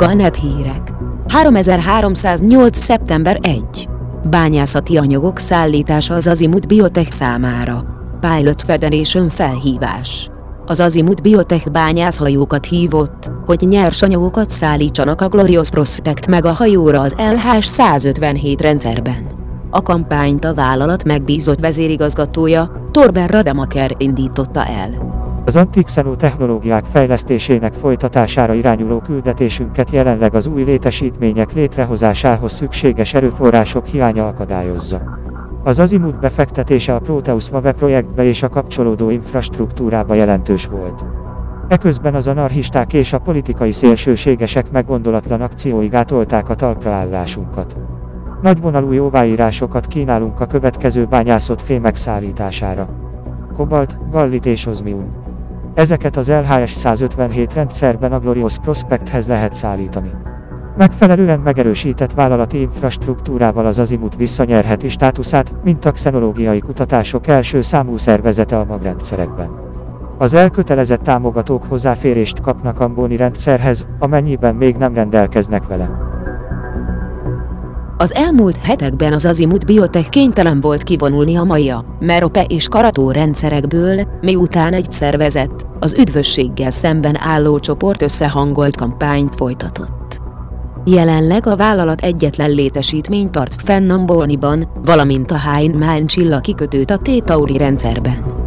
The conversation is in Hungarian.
Galnet hírek. 3308. szeptember 1. Bányászati anyagok szállítása az Azimut Biotech számára. Pilot Federation felhívás. Az Azimut Biotech bányászhajókat hívott, hogy nyersanyagokat szállítsanak a Glorious Prospect meg a hajóra az LH-157 rendszerben. A kampányt a vállalat megbízott vezérigazgatója, Torben Rademacher indította el. Az antikszenó technológiák fejlesztésének folytatására irányuló küldetésünket jelenleg az új létesítmények létrehozásához szükséges erőforrások hiánya akadályozza. Az Azimut befektetése a Proteus Mave projektbe és a kapcsolódó infrastruktúrába jelentős volt. Eközben az anarchisták és a politikai szélsőségesek meggondolatlan akciói gátolták a talpraállásunkat. Nagyvonalú jóváírásokat kínálunk a következő bányászott fémek szállítására: kobalt, gallit és ozmium. Ezeket az LHS-157 rendszerben a Glorious Prospecthez lehet szállítani. Megfelelően megerősített vállalati infrastruktúrával az Azimut visszanyerheti státuszát, mint a xenológiai kutatások első számú szervezete a magrendszerekben. Az elkötelezett támogatók hozzáférést kapnak a Amboni rendszerhez, amennyiben még nem rendelkeznek vele. Az elmúlt hetekben az Azimut Biotech kénytelen volt kivonulni a Maia, Merope és Karató rendszerekből, miután egy szervezet, az üdvösséggel szemben álló csoport összehangolt kampányt folytatott. Jelenleg a vállalat egyetlen létesítményt tart fenn Amboniban, valamint a Heinemann csillagikikötőt a T-Tauri rendszerben.